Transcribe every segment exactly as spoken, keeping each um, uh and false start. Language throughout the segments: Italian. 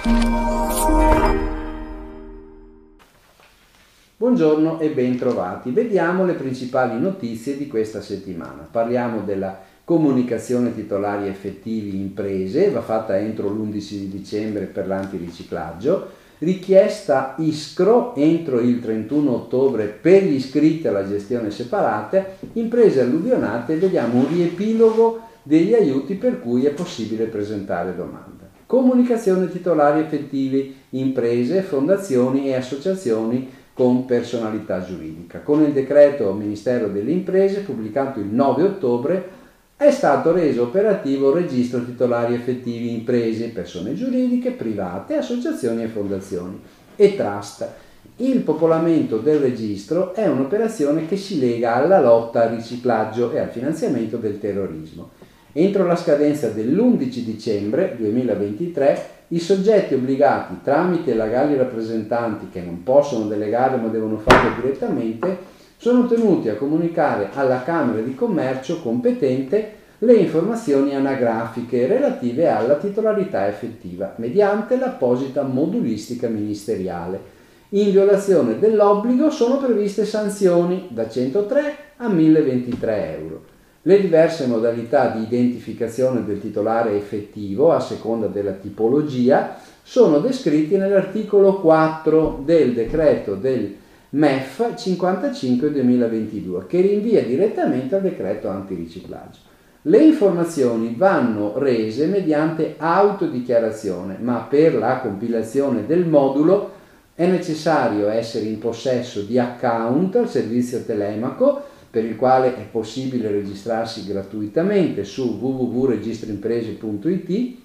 Buongiorno e ben trovati. Vediamo le principali notizie di questa settimana. Parliamo della comunicazione titolari effettivi imprese, va fatta entro l'undici di dicembre per l'antiriciclaggio, richiesta ISCRO entro il trentuno ottobre per gli iscritti alla gestione separata, imprese alluvionate, vediamo un riepilogo degli aiuti per cui è possibile presentare domanda. Comunicazione titolari effettivi imprese, fondazioni e associazioni con personalità giuridica. Con il decreto Ministero delle Imprese pubblicato il nove ottobre è stato reso operativo il registro titolari effettivi imprese, persone giuridiche, private, associazioni e fondazioni e trust. Il popolamento del registro è un'operazione che si lega alla lotta al riciclaggio e al finanziamento del terrorismo. Entro la scadenza dell'undici dicembre duemilaventitré i soggetti obbligati tramite legali rappresentanti che non possono delegare ma devono farlo direttamente sono tenuti a comunicare alla Camera di Commercio competente le informazioni anagrafiche relative alla titolarità effettiva mediante l'apposita modulistica ministeriale. In violazione dell'obbligo sono previste sanzioni da centotré a milleventitré euro. Le diverse modalità di identificazione del titolare effettivo, a seconda della tipologia, sono descritti nell'articolo quattro del decreto del M E F cinquantacinque duemilaventidue, che rinvia direttamente al decreto antiriciclaggio. Le informazioni vanno rese mediante autodichiarazione, ma per la compilazione del modulo è necessario essere in possesso di account al servizio telemaco, per il quale è possibile registrarsi gratuitamente su w w w punto registroimprese punto i t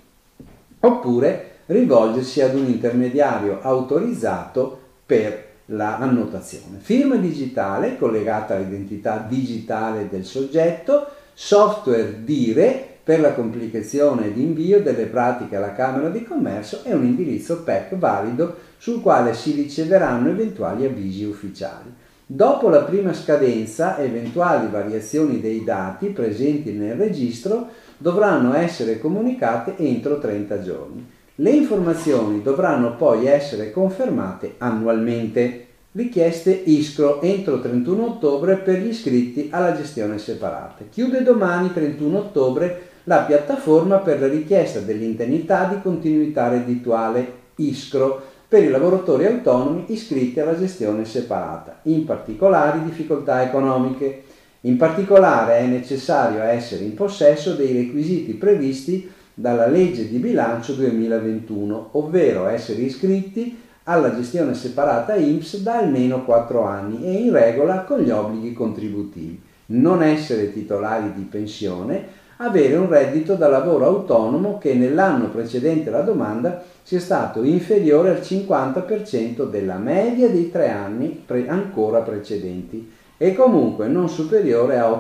oppure rivolgersi ad un intermediario autorizzato per la annotazione. Firma digitale collegata all'identità digitale del soggetto, software dire per la complicazione di invio delle pratiche alla Camera di Commercio e un indirizzo P E C valido sul quale si riceveranno eventuali avvisi ufficiali. Dopo la prima scadenza, eventuali variazioni dei dati presenti nel registro dovranno essere comunicate entro trenta giorni. Le informazioni dovranno poi essere confermate annualmente. Richieste ISCRO entro trentuno ottobre per gli iscritti alla gestione separata. Chiude domani trentuno ottobre la piattaforma per la richiesta dell'indennità di continuità reddituale ISCRO per i lavoratori autonomi iscritti alla gestione separata, in particolari difficoltà economiche. In particolare è necessario essere in possesso dei requisiti previsti dalla legge di bilancio duemilaventuno, ovvero essere iscritti alla gestione separata I N P S da almeno quattro anni e in regola con gli obblighi contributivi, non essere titolari di pensione, avere un reddito da lavoro autonomo che nell'anno precedente la domanda sia stato inferiore al cinquanta per cento della media dei tre anni pre- ancora precedenti e comunque non superiore a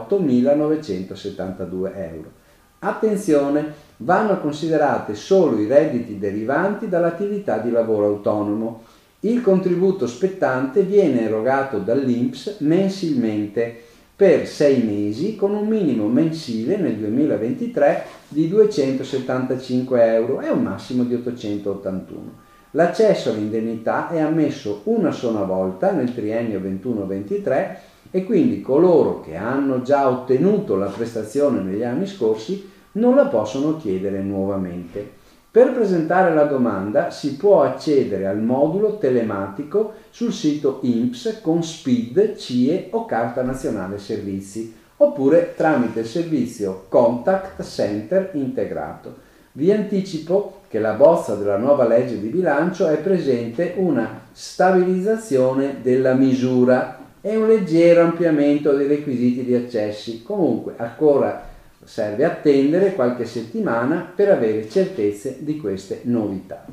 ottomilanovecentosettantadue euro. Attenzione, vanno considerate solo i redditi derivanti dall'attività di lavoro autonomo. Il contributo spettante viene erogato dall'I N P S mensilmente per sei mesi con un minimo mensile nel duemilaventitré di duecentosettantacinque euro e un massimo di ottocentottantuno. L'accesso all'indennità è ammesso una sola volta nel triennio ventuno ventitré e quindi coloro che hanno già ottenuto la prestazione negli anni scorsi non la possono chiedere nuovamente. Per presentare la domanda si può accedere al modulo telematico sul sito I N P S con S P I D, C I E o Carta Nazionale Servizi, oppure tramite il servizio Contact Center integrato. Vi anticipo che la bozza della nuova legge di bilancio è presente una stabilizzazione della misura e un leggero ampliamento dei requisiti di accessi. Comunque ancora serve attendere qualche settimana per avere certezze di queste novità.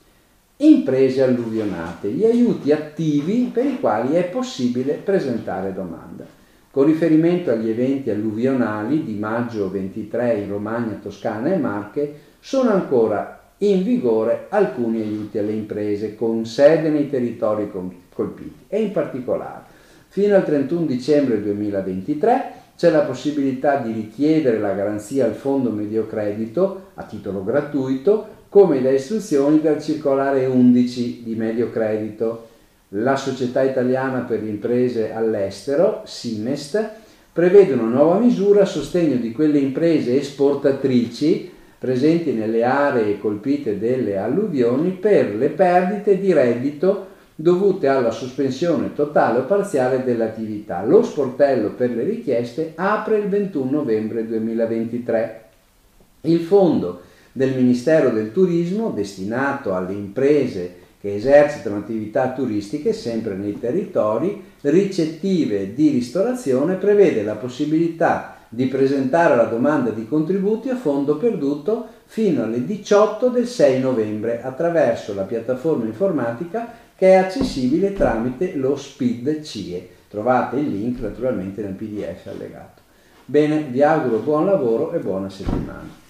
Imprese alluvionate, gli aiuti attivi per i quali è possibile presentare domanda. Con riferimento agli eventi alluvionali di maggio ventitré in Romagna, Toscana e Marche, sono ancora in vigore alcuni aiuti alle imprese con sede nei territori colpiti e in particolare fino al trentuno dicembre duemilaventitré c'è la possibilità di richiedere la garanzia al Fondo Mediocredito a titolo gratuito, come da istruzioni dal circolare undici di Mediocredito. La Società Italiana per le Imprese all'Estero, SIMEST, prevede una nuova misura a sostegno di quelle imprese esportatrici presenti nelle aree colpite dalle alluvioni per le perdite di reddito dovute alla sospensione totale o parziale dell'attività. Lo sportello per le richieste apre il ventuno novembre duemilaventitré. Il fondo del Ministero del Turismo, destinato alle imprese che esercitano attività turistiche sempre nei territori ricettive di ristorazione, prevede la possibilità di presentare la domanda di contributi a fondo perduto fino alle diciotto del sei novembre attraverso la piattaforma informatica che è accessibile tramite lo SPID C I E. Trovate il link naturalmente nel P D F allegato. Bene, vi auguro buon lavoro e buona settimana.